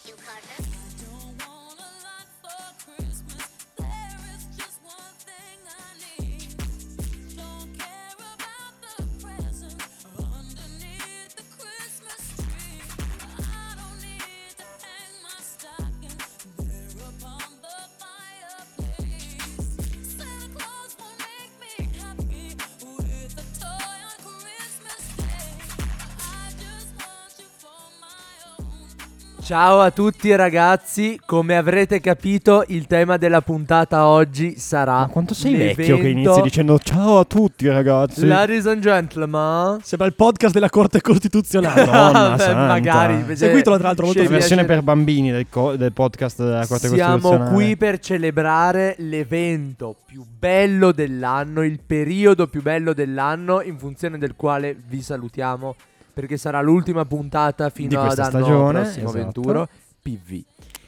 Ciao a tutti ragazzi, come avrete capito il tema della puntata oggi sarà Ma quanto sei l'evento... vecchio che inizi dicendo ciao a tutti ragazzi. Ladies and gentlemen. Sembra il podcast della Corte Costituzionale. Madonna Beh, santa. magari Seguitelo tra l'altro molto La Scegli versione a- per bambini del podcast della Corte Siamo Costituzionale. qui per celebrare l'evento più bello dell'anno, il periodo più bello dell'anno, in funzione del quale vi salutiamo, perché sarà l'ultima puntata Di fino ad questa anno stagione, prossimo, esatto. Venturo, PV.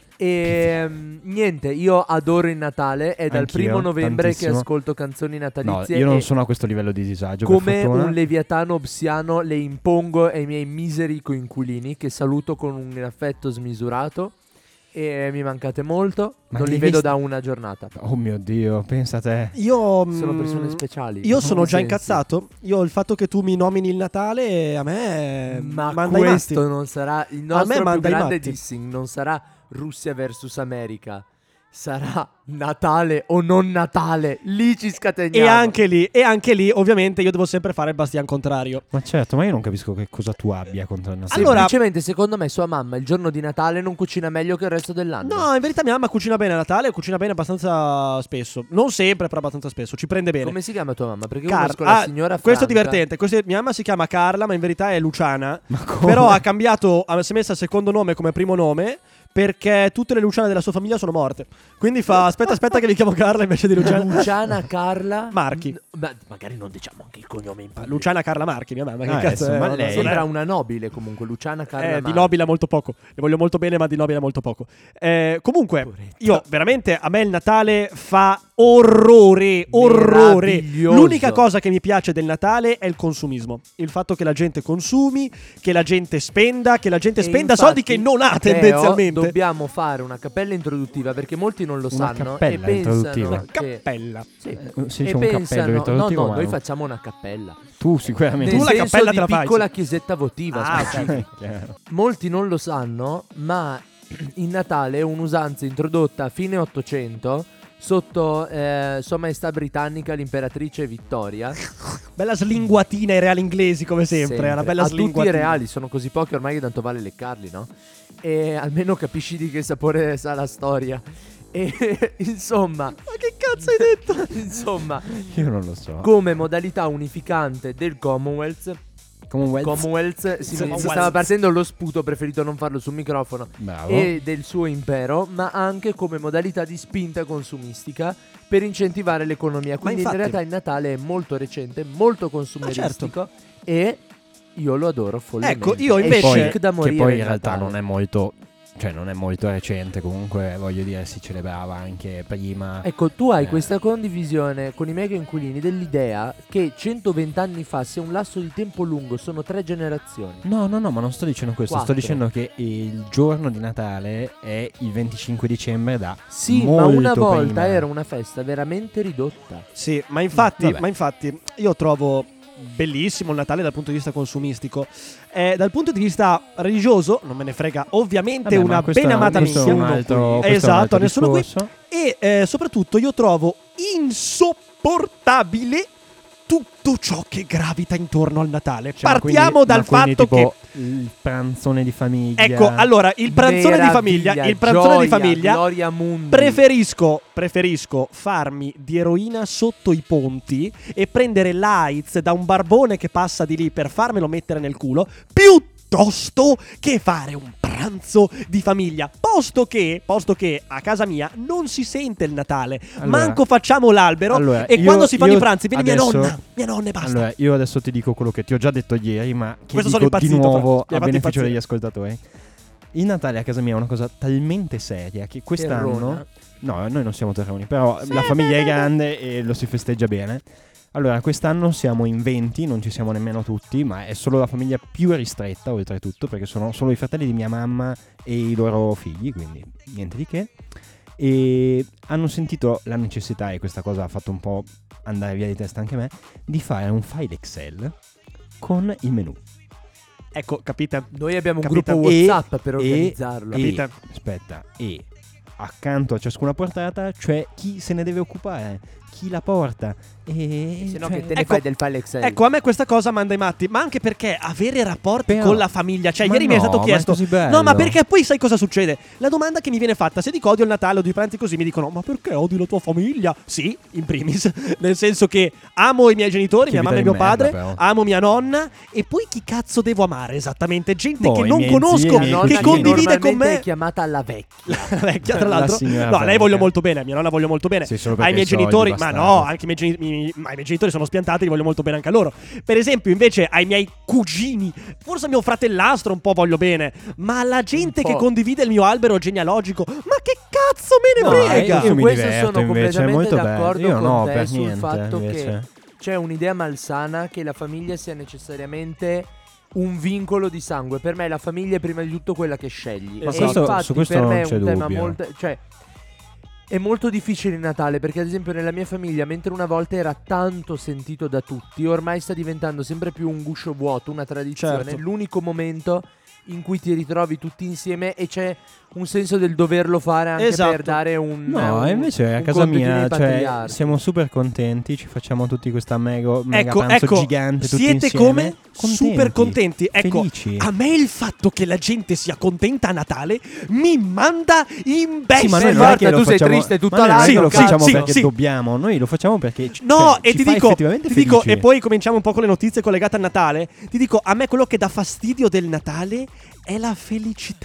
E niente, io adoro il Natale, è dal Anch'io, 1 novembre tantissimo. che ascolto canzoni No, natalizie. io non e sono a questo livello di disagio, per come fortuna. un leviatano obsiano le impongo ai miei miseri coinquilini, che saluto con un affetto smisurato. E mi mancate molto. Ma non li li vedo visti- da una giornata. Oh mio Dio, pensa a te. Io Sono persone speciali. Io sono in già sensi. incazzato. Io il fatto che tu mi nomini il Natale a me Ma manda i matti. questo non sarà il nostro più manda i grande matti. dissing. Non sarà Russia versus America. Sarà Natale o non Natale. Lì ci scateniamo. E anche lì ovviamente io devo sempre fare il bastian contrario. Ma certo, ma io non capisco che cosa tu abbia contro il Natale. Allora- Semplicemente secondo me sua mamma il giorno di Natale non cucina meglio che il resto dell'anno. No, in verità mia mamma cucina bene a Natale, cucina bene abbastanza spesso. Non sempre, però abbastanza spesso. Ci prende bene. Come si chiama tua mamma? Perché io Car- conosco la ah, signora questo è Franca. divertente. Mia mamma si chiama Carla, ma in verità è Luciana. Ma come? Però ha cambiato, si è messa il secondo nome come primo nome perché tutte le Luciane della sua famiglia sono morte. Quindi fa aspetta che vi chiamo Carla invece di Luciana. Luciana Carla Marchi. Ma magari non diciamo anche il cognome in pubblico. Luciana Carla Marchi, mia mamma. Che Ah, cazzo è? insomma, Non lei- so, Sembra una nobile comunque. Luciana Carla di Marchi. nobile molto poco. Le voglio molto bene, ma di nobile molto poco. Comunque, Poveretta. io veramente a me il Natale fa orrore. Meraviglioso. L'unica cosa che mi piace del Natale è il consumismo. Il fatto che la gente consumi, che la gente spenda, che la gente E spenda infatti, soldi che non ha Teo, tendenzialmente. dobbiamo fare una cappella introduttiva perché molti non lo Una sanno cappella e pensano introduttiva? che Cappella. sì. Si E dice un pensano, cappello introduttivo, no, ma noi non- facciamo una cappella. Tu sicuramente. Tu Nel la senso cappella di te la fai, piccola sì. chiesetta votiva. Ah, specifica. Chiaro. Molti non lo sanno, ma il Natale è un'usanza introdotta a fine 800 sotto Sua Maestà Britannica l'imperatrice Vittoria. Bella slinguatina ai reali inglesi come sempre. È una bella A tutti slinguatina. i reali, sono così pochi ormai che tanto vale leccarli, no? E almeno capisci di che sapore sa la storia. E insomma, Ma che cazzo hai detto? insomma, Io non lo so. come modalità unificante del Commonwealth, si stava partendo lo sputo, ho preferito non farlo sul microfono, Bravo. e del suo impero, ma anche come modalità di spinta consumistica per incentivare l'economia. Quindi infatti- in realtà il Natale è molto recente, molto consumeristico e io lo adoro follemente. Ecco, io È invece- chic da morire che poi il in realtà Natale. non è molto, cioè non è molto recente, comunque voglio dire si celebrava anche prima. Ecco, tu hai Eh. questa condivisione con i miei coinquilini dell'idea che 120 anni fa, se un lasso di tempo lungo, sono 3 generazioni. No, ma non sto dicendo questo, sto 4. dicendo che il giorno di Natale è il 25 dicembre da Sì, molto ma una volta prima. era una festa veramente ridotta. Sì, ma infatti, Vabbè. io trovo bellissimo il Natale dal punto di vista consumistico. Dal punto di vista religioso, non me ne frega ovviamente Vabbè, ma una questo ben è- amata questo è nicchia. un altro- questo è un Esatto, altro nessuno qui. discorso. E soprattutto io trovo insopportabile tutto ciò che gravita intorno al Natale. Cioè, ma Partiamo quindi- dal ma quindi fatto tipo che il pranzone di famiglia. ecco, allora, il pranzone di famiglia, Meraviglia, il pranzone di gioia, famiglia Gloria Mundi. Preferisco farmi di eroina sotto i ponti e prendere l'AIDS da un barbone che passa di lì per farmelo mettere nel culo piuttosto che fare un pranzo di famiglia. Posto che a casa mia non si sente il Natale. Allora- Manco facciamo l'albero. Allora, E io- quando si fanno io i pranzi viene adesso- mia nonna e basta. Allora, io adesso ti dico quello che ti ho già detto ieri, ma che Questo sono dico di impazzito, nuovo Fra. Mi ha a fatto beneficio impazzire. degli ascoltatori. Il Natale a casa mia è una cosa talmente seria che quest'anno... Terrona. No, noi non siamo terroni, però la famiglia è grande e lo si festeggia bene. Allora, quest'anno siamo in 20, non ci siamo nemmeno tutti, ma è solo la famiglia più ristretta, oltretutto, perché sono solo i fratelli di mia mamma e i loro figli, quindi niente di che. E hanno sentito la necessità, e questa cosa ha fatto un po' andare via di testa anche me, di fare un file Excel con il menù. Ecco, capite? Noi abbiamo un Capita- gruppo WhatsApp per organizzarlo. Capite? Aspetta, e accanto a ciascuna portata c'è chi se ne deve occupare, chi la porta. E Se no cioè, che te ne ecco- fai del file Excel. Ecco, a me questa cosa manda i matti, ma anche perché avere rapporti Però- con la famiglia, cioè ma ieri mi è no, stato ma è chiesto così bello. no, ma perché poi sai cosa succede? La domanda che mi viene fatta, se dico odio il Natale, odio i pranzi così, mi dicono ma perché odi la tua famiglia? Sì, in primis, nel senso che amo i miei genitori, Che mia vita mamma e di mio merda, padre, però. amo mia nonna, e poi chi cazzo devo amare esattamente? Gente Boh, che i non miei conosco, zii e i miei Nonna che che condivide con normalmente me. è chiamata la vecchia. La vecchia, tra La l'altro. signora No, a lei vecchia. voglio molto bene, a mia nonna voglio molto bene. Sì, solo Ai perché miei i soldi, genitori, ma bastardo. no, anche i miei genitori sono spiantati, li voglio molto bene anche a loro. Per esempio, invece, ai miei cugini, forse a mio fratellastro un po' voglio bene, ma alla gente Un che po'. condivide il mio albero genealogico, ma che cazzo me No, ne frega? io su mi questo diverto, sono invece, è completamente molto bello. d'accordo Io con no, te per sul niente, fatto invece. che c'è un'idea malsana che la famiglia sia necessariamente un vincolo di sangue. Per me la famiglia è prima di tutto quella che scegli. Ma E questo- infatti su questo per non me è c'è un tema dubbio. molto, cioè è molto difficile il Natale perché ad esempio nella mia famiglia, mentre una volta era tanto sentito da tutti, ormai sta diventando sempre più un guscio vuoto, una tradizione, Certo. l'unico momento in cui ti ritrovi tutti insieme e c'è un senso del doverlo fare anche Esatto. per dare un No, un- invece a un casa contenuto mia ai cioè, patriarchi. siamo super contenti, ci facciamo tutti questa mega Ecco, pranzo ecco, gigante tutti siete insieme. come? Super contenti. Ecco, felici. a me il fatto che la gente sia contenta a Natale mi manda in bestia. Sì, ma noi Sei non è forte, che lo tu sei facciamo, triste tutta ma noi non è che l'anno, lo sì, facciamo sì, perché sì. dobbiamo, noi lo facciamo perché No, cioè, e ci ti fa dico, effettivamente ti dico, felici. e poi cominciamo un po' con le notizie collegate al Natale. Ti dico, a me quello che dà fastidio del Natale è la felicità,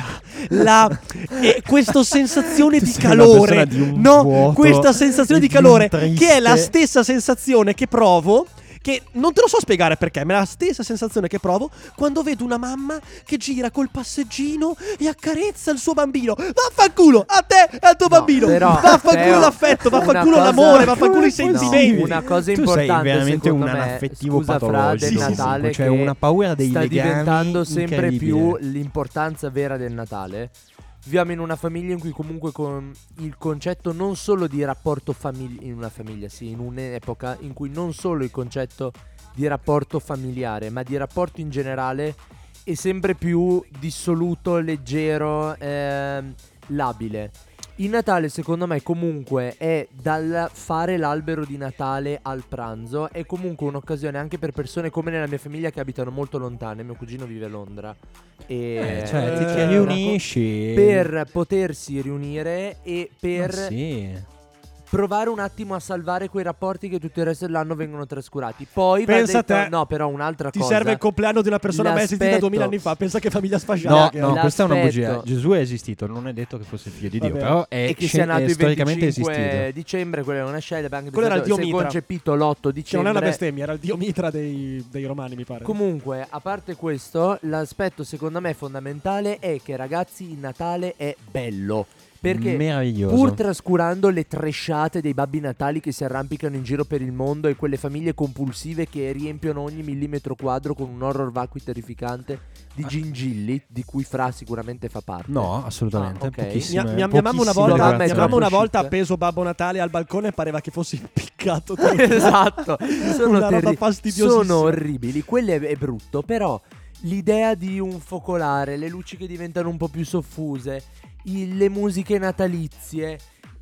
e questa sensazione Tu di sei una calore, persona di un no, vuoto questa sensazione e di di un calore triste. che è la stessa sensazione che provo. Che non te lo so spiegare perché, ma è la stessa sensazione che provo quando vedo una mamma che gira col passeggino e accarezza il suo bambino. Vaffanculo a te e al tuo No, bambino. però, Vaffanculo Teo, l'affetto, una vaffanculo cosa- l'amore, vaffanculo i Come è sentimenti. possibile? Una cosa Tu importante sei veramente secondo un me, anaffettivo scusa, Fra, patologico. del Sì, sì, sì. Natale Cioè che una paura dei sta legami diventando sempre più incredibile. l'importanza vera del Natale. Viviamo in una famiglia in cui comunque con il concetto non solo di rapporto in una famiglia, sì, in un'epoca in cui non solo il concetto di rapporto familiare, ma di rapporto in generale è sempre più dissoluto, leggero, labile. Il Natale secondo me comunque è dal fare l'albero di Natale al pranzo, è comunque un'occasione anche per persone come nella mia famiglia che abitano molto lontane. Mio cugino vive a Londra e Cioè ti Eh, riunisci per potersi riunire e per Ma sì. provare un attimo a salvare quei rapporti che tutto il resto dell'anno vengono trascurati. Poi va Pensa a detto- te. no, però un'altra Ti cosa. serve il compleanno di una persona mai sentita L'aspetto- 2000 anni fa. Pensa che famiglia No, sfasciata. che è. no, questa è una L'aspetto- bugia. Gesù è esistito, non è detto che fosse figlio di Dio, Vabbè. però è, E che sia nato il storicamente 25 esistito. dicembre, quella è una scelta. Anche Quello era il pensato, dio se Mitra. concepito l'8 Che non dicembre. è una bestemmia, era il dio Mitra dei romani, mi pare. Comunque, a parte questo, l'aspetto secondo me fondamentale è che ragazzi il Natale è bello. Perché Meraviglioso. pur trascurando le tresciate dei babbi natali che si arrampicano in giro per il mondo e quelle famiglie compulsive che riempiono ogni millimetro quadro con un horror vacui terrificante di gingilli, di cui Fra sicuramente fa parte. No, assolutamente. Ah, ok. Pochissime, Mia mamma una pochissime volta, mamma è mia decorazioni. mamma una troppo volta ha chic. appeso Babbo Natale al balcone e pareva che fosse impiccato. Esatto. Sono, Una roba fastidiosissima. sono orribili. Quello è brutto. Però l'idea di un focolare, le luci che diventano un po' più soffuse, le musiche natalizie,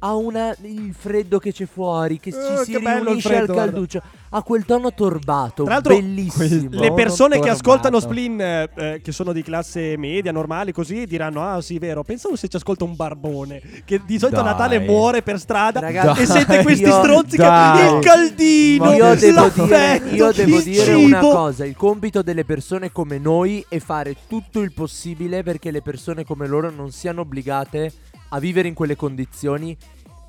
il freddo che c'è fuori, che ci si che bello il riunisce freddo, al guarda. calduccio, ha quel tono torbato, Tra l'altro, bellissimo. Le persone che torbato. ascoltano Splin, che sono di classe media, normali, così, diranno: ah, sì, vero. Pensavo se ci ascolta un barbone che di solito a Dai. Natale muore per strada Ragazzi, e sente questi io- stronzi che dai. il caldino, Ma Io devo l'affetto, dire, io devo il dire cibo. una cosa: il compito delle persone come noi è fare tutto il possibile perché le persone come loro non siano obbligate a vivere in quelle condizioni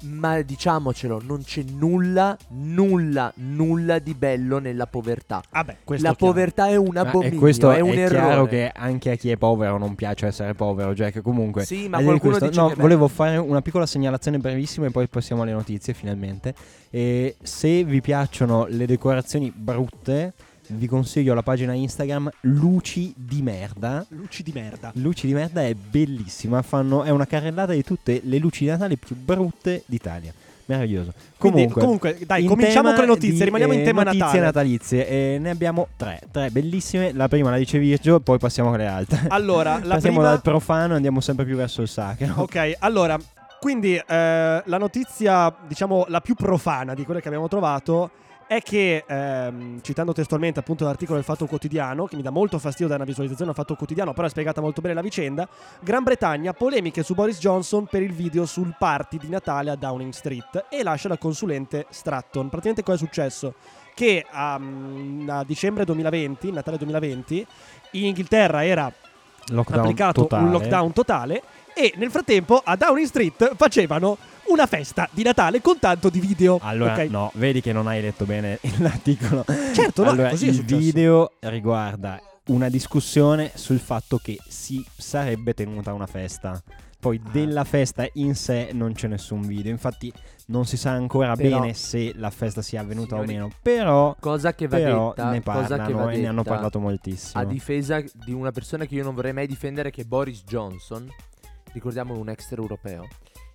Ma diciamocelo, non c'è nulla di bello nella povertà. Vabbè, questo La è chiaro. povertà è un E abominio, questo è un è errore. chiaro che anche a chi è povero non piace essere povero, Jack. Comunque, Sì, ma al di là di qualcuno questo, dice no, che è volevo bello. fare una piccola segnalazione brevissima e poi passiamo alle notizie finalmente. E se vi piacciono le decorazioni brutte, vi consiglio la pagina Instagram Luci di Merda. Luci di merda. Luci di Merda è bellissima, è una carrellata di tutte le luci di Natale più brutte d'Italia. Meraviglioso. Comunque, dai, in cominciamo tema con le notizie, rimaniamo in tema notizie Natale. natalizie. Ne abbiamo tre bellissime. La prima la dice Virgio, poi passiamo con le altre. Allora, la passiamo prima... dal profano e andiamo sempre più verso il sacro. Ok, allora, quindi la notizia, diciamo, la più profana di quelle che abbiamo trovato è che, citando testualmente appunto l'articolo del Fatto Quotidiano, che mi dà molto fastidio da una visualizzazione del Fatto Quotidiano, però è spiegata molto bene la vicenda. Gran Bretagna, polemiche su Boris Johnson per il video sul party di Natale a Downing Street, e lascia la consulente Stratton. Praticamente cosa è successo? Che a dicembre 2020, Natale 2020, in Inghilterra era applicato un lockdown totale, e nel frattempo a Downing Street facevano una festa di Natale con tanto di video. Allora, Ok? no, vedi che non hai letto bene l'articolo. Certo, no, allora, così è il successo. video riguarda una discussione sul fatto che si sarebbe tenuta una festa. Poi della festa in sé non c'è nessun video. Infatti non si sa ancora Però, bene se la festa sia avvenuta signori, o meno. Però Cosa che va Però detta, ne cosa che parlano va e ne hanno detta parlato moltissimo. a difesa di una persona che io non vorrei mai difendere, che è Boris Johnson, ricordiamo un extraeuropeo.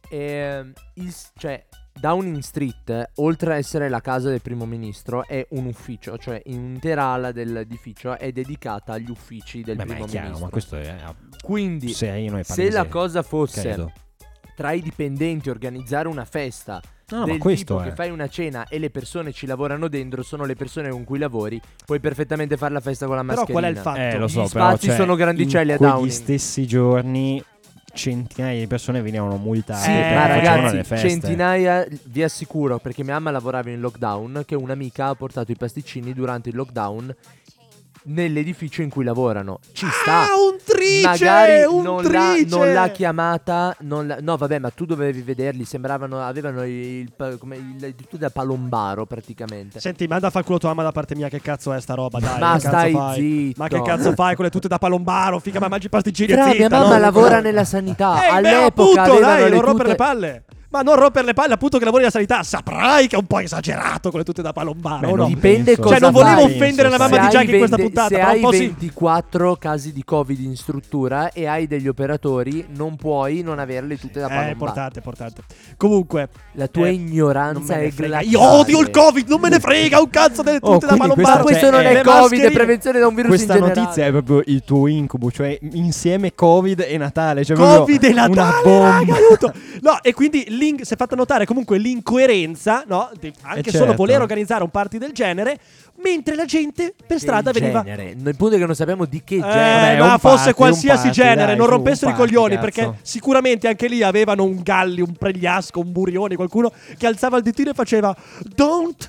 Cioè, Downing Street, oltre a essere la casa del primo ministro, è un ufficio, cioè un'intera ala dell'edificio è dedicata agli uffici del Beh, ma primo è chiaro, ministro. ma questo è Quindi, sereno e se palese, la cosa fosse credo. tra i dipendenti organizzare una festa No, del ma questo tipo è. che fai una cena e le persone ci lavorano dentro, sono le persone con cui lavori, puoi perfettamente fare la festa con la Però mascherina. qual è il fatto? Lo so, Gli però spazi sono grandicelli in a quegli Downing. stessi giorni centinaia di persone venivano multate Sì, perché ma facevano ragazzi, le feste. centinaia, vi assicuro, perché mia mamma lavorava in lockdown, che un'amica ha portato i pasticcini durante il lockdown nell'edificio in cui lavorano. Ci sta. un trice! Magari un non trice! l'ha chiamata. No, vabbè, ma tu dovevi vederli. Avevano il tutto da palombaro praticamente. Senti, manda a far culo tua mamma da parte mia, che cazzo è sta roba, dai. Ma che cazzo stai fai? zitto. Ma che cazzo fai con le tute da palombaro? Figa, ma mangi i pasticcini Fra, e zitta, mia mamma no? lavora nella sanità. Beh, All'epoca appunto, avevano dai, le non rompere tute- le palle. Ma non rompere le palle, appunto, che lavori nella sanità. Saprai che è un po' esagerato con le tute da palombaro, Beh, o no? non Dipende penso. cosa Cioè, non volevo fai. offendere la mamma Se di hai Jack in questa 20 puntata, se però un hai po' sì. 24 casi di Covid in struttura e hai degli operatori, non puoi non avere le tute da palombaro. Importante. Comunque, La tua non ignoranza me ne è frega. glaciale. Io odio il Covid, non me ne frega un cazzo delle tute da quindi palombaro. Ma questo Cioè, non è le Covid, è mascherine. prevenzione da un virus Questa in generale. notizia è proprio il tuo incubo, cioè insieme Covid e Natale. Cioè Covid e proprio una Natale, bomba. raga, aiuto. No, e quindi si è fatta notare comunque l'incoerenza, no? Anche solo certo. voler organizzare un party del genere, mentre la gente per strada Del veniva. genere. Il punto è che non sappiamo di che genere. Vabbè, Ma un fosse party, qualsiasi un party, genere, dai, non su, rompessero un i party, coglioni, cazzo. perché sicuramente anche lì avevano un Galli, un Pregliasco, un Burioni, qualcuno che alzava il ditino e faceva don't,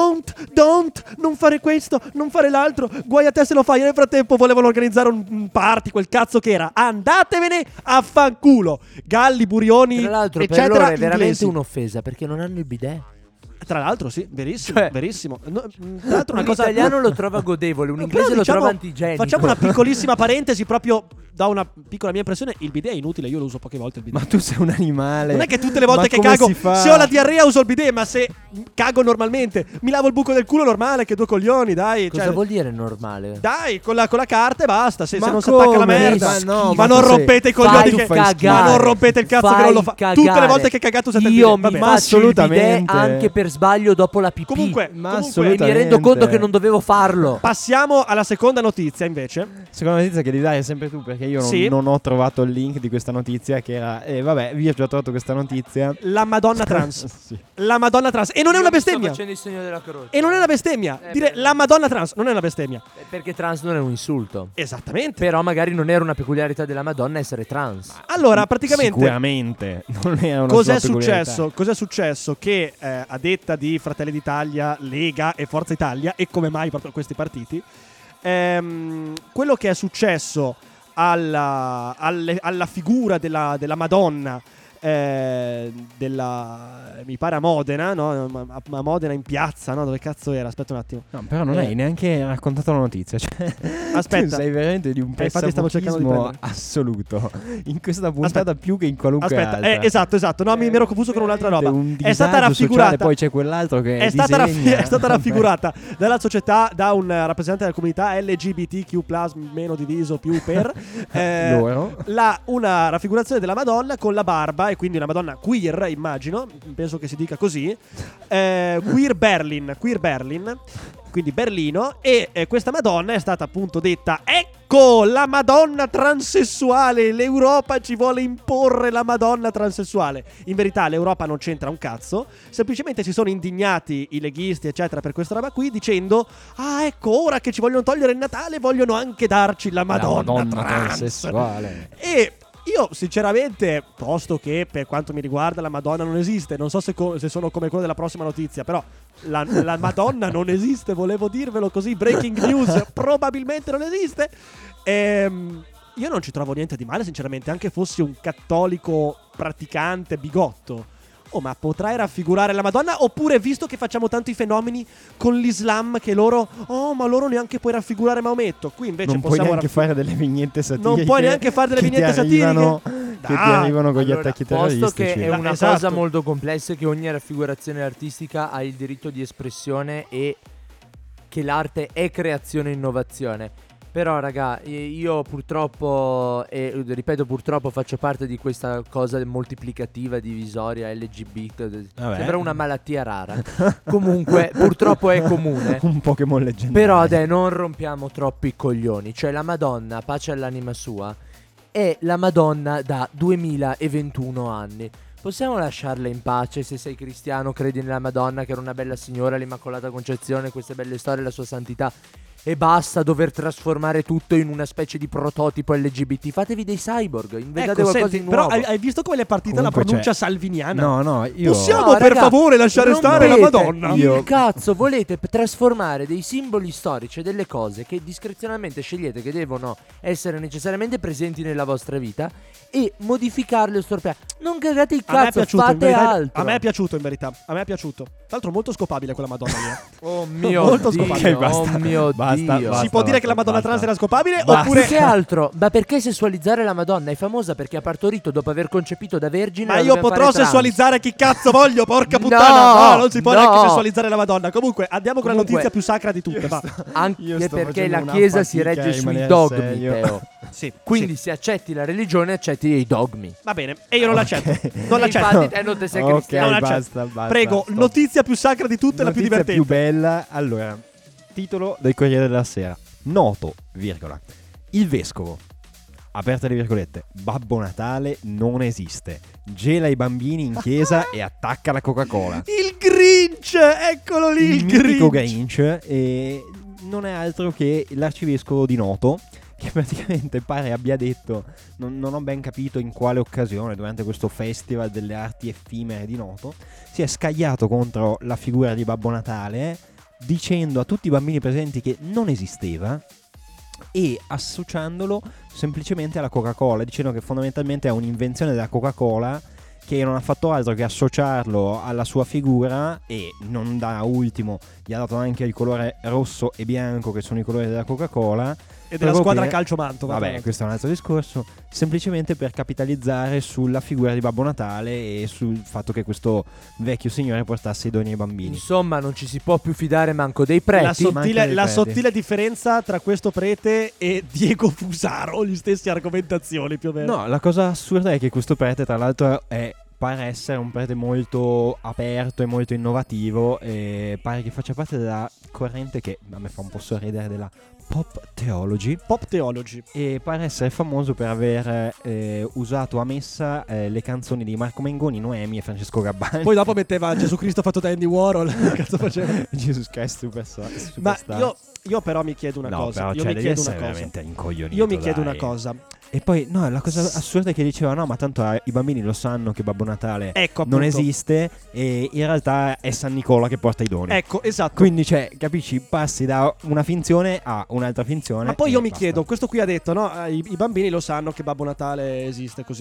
non fare questo, non fare l'altro, guai a te se lo fai. E nel frattempo volevano organizzare un party, quel cazzo che era. Andatevene a fanculo. Galli, Burioni, Tra l'altro, per eccetera, loro è veramente inglesi. un'offesa perché non hanno il bidet. Tra l'altro, sì, verissimo, Cioè, verissimo. Tra l'altro, una Un cosa italiano lo trova godevole, un Però, inglese lo diciamo, trova antigenico. Facciamo una piccolissima parentesi, proprio da una piccola mia impressione. Il bidet è inutile, io lo uso poche volte il bidet. Ma tu sei un animale. Non è che tutte le volte Ma che come cago, si fa? se ho la diarrea uso il bidet, ma se cago normalmente, mi lavo il buco del culo normale, che due coglioni, dai. Cosa cioè, vuol dire normale? dai, con la carta e basta. Se Ma non si attacca la come? merda. Ma no, ma ma non tu sei- rompete i coglioni Fai che cagare. Ma non rompete il cazzo che non lo fa. Fai Tutte le cagare. volte che cagato siete il Io bidet. mi Vabbè. faccio il bidet assolutamente. anche per sbaglio dopo la pipì. Comunque, Ma comunque e mi assolutamente. rendo conto che non dovevo farlo. passiamo alla seconda notizia invece. Seconda notizia che devi dare sempre tu, perché io Sì. non ho trovato il link di questa notizia, che era vabbè, vi ho già trovato questa notizia. La Madonna trans. Sì. La Madonna trans. E non è una bestemmia. Sto facendo il segno della croce. E non è una bestemmia. Dire beh. la Madonna trans non è una bestemmia. Perché trans non è un insulto. Esattamente. Però magari non era una peculiarità della Madonna essere trans. Allora, praticamente, Sicuramente non era una cos'è sua peculiarità. successo? Cos'è successo? Che a detta di Fratelli d'Italia, Lega e Forza Italia, e come mai proprio questi partiti, quello che è successo alla figura della Madonna mi pare a Modena, no? A Modena in piazza, no? Dove cazzo era? Aspetta un attimo. No, però non hai neanche raccontato la notizia. Cioè, aspetta. Tu sei veramente di un infatti stavo cercando di pessimo prendere. assoluto. In questa puntata più che in qualunque altra. Esatto. No, mi ero confuso con un'altra roba. È stata raffigurata. Sociale, poi c'è quell'altro che è stata raffigurata dalla società, da un rappresentante della comunità LGBTQ+, meno diviso più per loro. Una raffigurazione della Madonna con la barba, e quindi una Madonna queer, immagino, penso che si dica così, queer Berlin, quindi Berlino, e questa Madonna è stata appunto detta: ecco la Madonna transessuale, l'Europa ci vuole imporre la Madonna transessuale. In verità l'Europa non c'entra un cazzo, semplicemente si sono indignati i leghisti eccetera per questa roba qui, dicendo: ah, ecco, ora che ci vogliono togliere il Natale vogliono anche darci la Madonna transessuale. E io sinceramente, posto che per quanto mi riguarda la Madonna non esiste, non so se sono come quello della prossima notizia, però la Madonna non esiste, volevo dirvelo così, breaking news, probabilmente non esiste. Io non ci trovo niente di male sinceramente, anche fossi un cattolico praticante bigotto. Oh, ma potrai raffigurare la Madonna? Oppure, visto che facciamo tanti fenomeni con l'Islam, che loro, oh, ma loro neanche puoi raffigurare Maometto. Qui invece non puoi neanche fare delle vignette satiriche. Non puoi neanche fare delle vignette satiriche che ti arrivano con gli attacchi terroristici. Posto che è una esatto. cosa molto complessa, che ogni raffigurazione artistica ha il diritto di espressione e che l'arte è creazione e innovazione. Però raga, io purtroppo, e ripeto purtroppo, faccio parte di questa cosa moltiplicativa, divisoria, LGBT. Sembra una malattia rara. Comunque purtroppo è comune. Un Pokémon leggendario. Però non rompiamo troppo i coglioni. Cioè la Madonna, pace all'anima sua, è la Madonna da 2021 anni. Possiamo lasciarla in pace? Se sei cristiano, credi nella Madonna, che era una bella signora, l'Immacolata Concezione, queste belle storie, la sua santità, e basta dover trasformare tutto in una specie di prototipo LGBT. Fatevi dei cyborg, inventate qualcosa di nuovo. Però hai visto come è partita comunque la pronuncia salviniana? No, io possiamo per favore lasciare stare la Madonna? Il cazzo, volete trasformare dei simboli storici e delle cose che discrezionalmente scegliete che devono essere necessariamente presenti nella vostra vita e modificarle o storpiare. Non cagate il cazzo, fate altro. A me è piaciuto in verità, a me è piaciuto. Tra l'altro molto scopabile quella Madonna lì. Oh mio molto Dio, scopabile. Oh mio Dio. Si può dire che la Madonna trans era scopabile? Basta. Oppure Più che altro, ma perché sessualizzare la Madonna? È famosa perché ha partorito dopo aver concepito da vergine. ma io potrò sessualizzare chi cazzo voglio, porca puttana. No, non si può neanche sessualizzare la Madonna. Comunque andiamo con la notizia più sacra di tutte. Anche perché la Chiesa si regge sui dogmi, Teo. Sì, quindi se accetti la religione, accetti i dogmi. Va bene, e io non l'accetto. Non l'accetto. Infatti te non te sei cristiano. Non basta. Prego, notizia più sacra di tutte, la più divertente. Più bella. Allora, titolo del Corriere della Sera. Noto, virgola, il vescovo, aperte le virgolette, Babbo Natale non esiste, gela i bambini in chiesa e attacca la Coca-Cola. Il Grinch, eccolo lì, il mitico Grinch. E non è altro che l'arcivescovo di Noto, che praticamente pare abbia detto, non ho ben capito in quale occasione, durante questo festival delle arti effimere di Noto, si è scagliato contro la figura di Babbo Natale, dicendo a tutti i bambini presenti che non esisteva e associandolo semplicemente alla Coca-Cola, dicendo che fondamentalmente è un'invenzione della Coca-Cola, che non ha fatto altro che associarlo alla sua figura, e non da ultimo gli ha dato anche il colore rosso e bianco, che sono i colori della Coca-Cola e della squadra calciomanto. Vabbè, questo è un altro discorso. Semplicemente per capitalizzare sulla figura di Babbo Natale e sul fatto che questo vecchio signore portasse i doni ai bambini. Insomma, non ci si può più fidare manco dei preti. La sottile differenza tra questo prete e Diego Fusaro, gli stessi argomentazioni più o meno. No, la cosa assurda è che questo prete, tra l'altro, pare essere un prete molto aperto e molto innovativo, e pare che faccia parte della corrente che a me fa un po' sorridere, della Pop Theology. E pare essere famoso per aver usato a messa le canzoni di Marco Mengoni, Noemi e Francesco Gabbani. Poi dopo metteva Gesù Cristo fatto da Andy Warhol. Cazzo faceva? Jesus Christ superstar. Ma io però mi chiedo una cosa. Però, io mi chiedo una veramente incoglionito. Io mi chiedo una cosa. E poi no, la cosa assurda è che diceva no, ma tanto i bambini lo sanno che Babbo Natale non esiste, e in realtà è San Nicola che porta i doni. Ecco, esatto. Quindi capisci, passi da una finzione a un'altra finzione. Ma poi io mi chiedo, questo qui ha detto no, i bambini lo sanno che Babbo Natale esiste, così.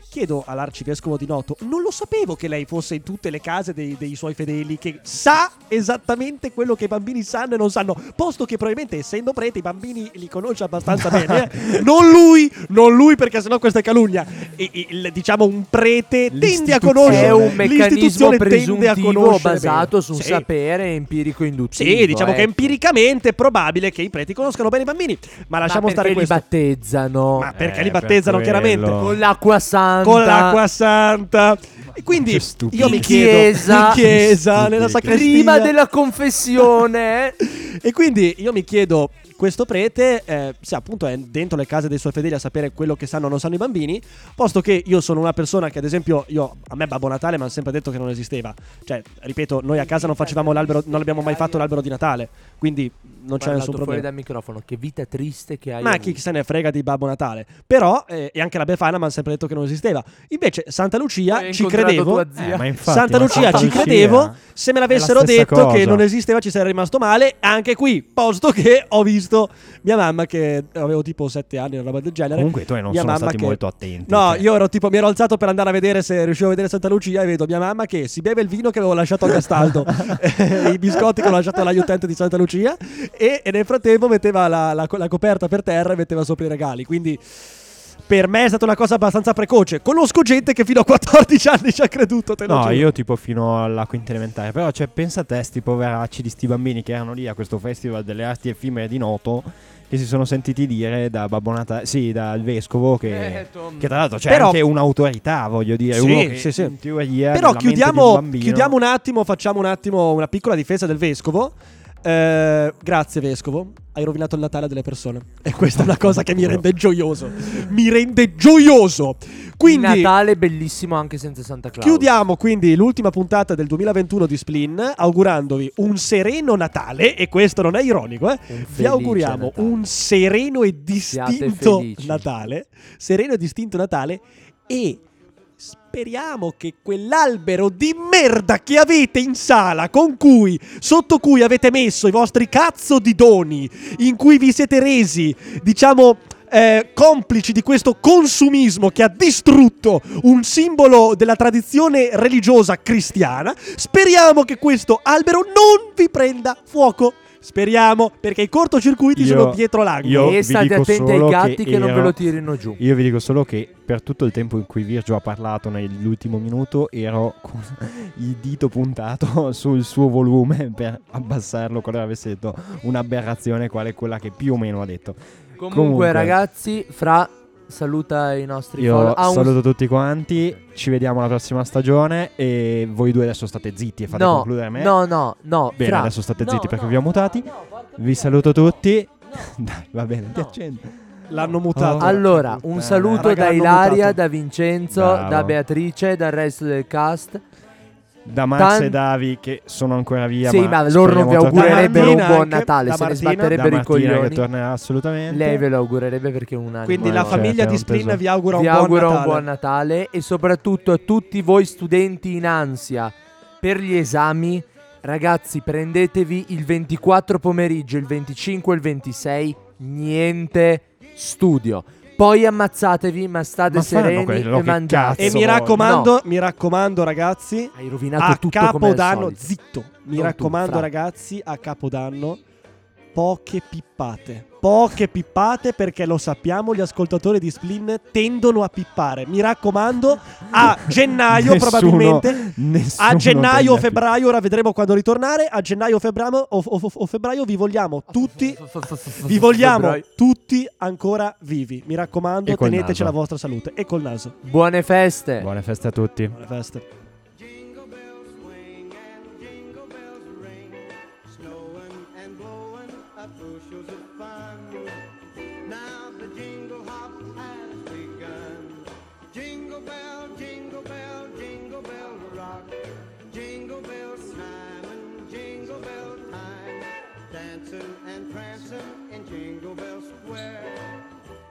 chiedo all'arcivescovo di Noto, non lo sapevo che lei fosse in tutte le case dei suoi fedeli, che sa esattamente quello che i bambini sanno e non sanno, posto che probabilmente essendo prete i bambini li conosce abbastanza bene. Non lui perché sennò questa è calunnia. Diciamo un prete tende a conoscere, è un meccanismo l'istituzione tende a presuntivo conoscere basato bene. su un Sì. sapere empirico induttivo. Sì, diciamo che ecco. empiricamente è probabile che i preti conoscano bene i bambini, ma lasciamo stare perché li questo. battezzano Ma perché li per battezzano quello. chiaramente con l'acqua santa. con l'acqua santa. E quindi Che stupido. io mi In chiedo chiesa. in chiesa, Stupido. nella sacrestia. prima della confessione. E quindi io mi chiedo, questo prete, se appunto è dentro le case dei suoi fedeli a sapere quello che sanno o non sanno i bambini, posto che io sono una persona che ad esempio, a me Babbo Natale mi hanno sempre detto che non esisteva. Cioè, ripeto, noi a casa non facevamo l'albero, non abbiamo mai fatto l'albero di Natale, quindi non c'è nessun fuori problema. dal microfono, che vita triste che hai Ma avuto. chi se ne frega di Babbo Natale. Però, e anche la Befana mi hanno sempre detto che non esisteva. Invece Santa Lucia Hai ci incontrato credevo. tua zia. Ma infatti, Santa ma Lucia Santa ci Lucia credevo. Se me l'avessero è la stessa detto che cosa. non esisteva ci sarei rimasto male. Anche qui, posto che ho visto mia mamma che avevo tipo 7 anni, una roba del genere. Comunque tu non Mia sono mamma stati che- molto attenti. No, cioè. io ero tipo, mi ero alzato per andare a vedere se riuscivo a vedere Santa Lucia e vedo mia mamma che si beve il vino che avevo lasciato a Castaldo, i biscotti che ho lasciato all'aiutante di Santa Lucia e nel frattempo metteva la coperta per terra e metteva sopra i regali. Quindi per me è stata una cosa abbastanza precoce. Conosco gente che fino a 14 anni ci ha creduto, te lo No, giuro. io tipo fino alla quinta elementare. Però cioè, pensa a te, sti poveracci di sti bambini che erano lì a questo festival delle arti effimere di Noto, che si sono sentiti dire da Babbo Natale, sì, dal vescovo che tra l'altro c'è Però- anche un'autorità, voglio dire, Sì, uno che sì, sì. in teoria Però nella mente di un bambino- chiudiamo un attimo, facciamo un attimo una piccola difesa del vescovo. Grazie vescovo, hai rovinato il Natale delle persone e questa è una cosa che mi rende gioioso. Mi rende gioioso. Quindi Natale bellissimo anche senza Santa Claus. chiudiamo quindi l'ultima puntata del 2021 di Splin augurandovi un sereno Natale, e questo non è ironico, Un vi felice auguriamo Natale. un sereno e Siate distinto felici. Natale, sereno e distinto Natale, e speriamo che quell'albero di merda che avete in sala, sotto cui avete messo i vostri cazzo di doni, in cui vi siete resi, diciamo, complici di questo consumismo che ha distrutto un simbolo della tradizione religiosa cristiana, speriamo che questo albero non vi prenda fuoco. Speriamo, perché i cortocircuiti Io- sono dietro l'angolo. io- E vi state dico attenti ai solo gatti che non ve ero- lo tirino giù. Io vi dico solo che per tutto il tempo in cui Virgio ha parlato nell'ultimo minuto ero con il dito puntato sul suo volume per abbassarlo qualora avesse detto un'aberrazione quale quella che più o meno ha detto. Comunque ragazzi, Fra saluta i nostri Io follow. Ah, un- saluto tutti quanti, ci vediamo alla prossima stagione e voi due adesso state zitti e fate No, concludere me. no, Bene, Fra. adesso state No, zitti perché no, vi ho mutati. no, porca Vi saluto tutti. Dai, va bene, ti No. accendo. L'hanno mutato. Allora, Porca un puttana. saluto Raga, da l'hanno Ilaria, mutato. da Vincenzo, Bravo. da Beatrice, dal resto del cast. Da Max Tan- e Davi che sono ancora via. Sì, ma loro non vi speriamo augurerebbero tornare. un buon Anche Natale, da se ne Martina. sbatterebbero da i Martina che coglioni. tornerà assolutamente. Lei ve lo augurerebbe perché è un animo. Quindi la certo, famiglia è di un Splin tesoro. vi augura Vi un buon auguro Natale. un buon Natale e soprattutto a tutti voi studenti in ansia per gli esami. Ragazzi, prendetevi il 24 pomeriggio, il 25 e il 26, niente studio. Poi ammazzatevi, ma state Ma fanno sereni quello e che mangiate. E cazzo mi voglio. raccomando, mi raccomando ragazzi, Hai rovinato a tutto come al Capodanno, solito. zitto, mi Non tu, raccomando Fra. ragazzi, a Capodanno poche pippate perché lo sappiamo, gli ascoltatori di Splin tendono a pippare. Mi raccomando, a gennaio Nessuno- probabilmente, nessuno a gennaio o tende a febbraio, ora vedremo quando ritornare, a gennaio o febbraio vi vogliamo tutti ancora vivi. Mi raccomando, E col teneteci naso. la vostra salute e col naso. Buone feste. Buone feste a tutti. Buone feste. Jingle bells swing and jingle bells ring, snowing and blowing up bushels of fun. Now the jingle hop has begun. Jingle bell, jingle bell, jingle bell rock. Jingle bell time and jingle bell time, dancing and prancing in Jingle Bell Square.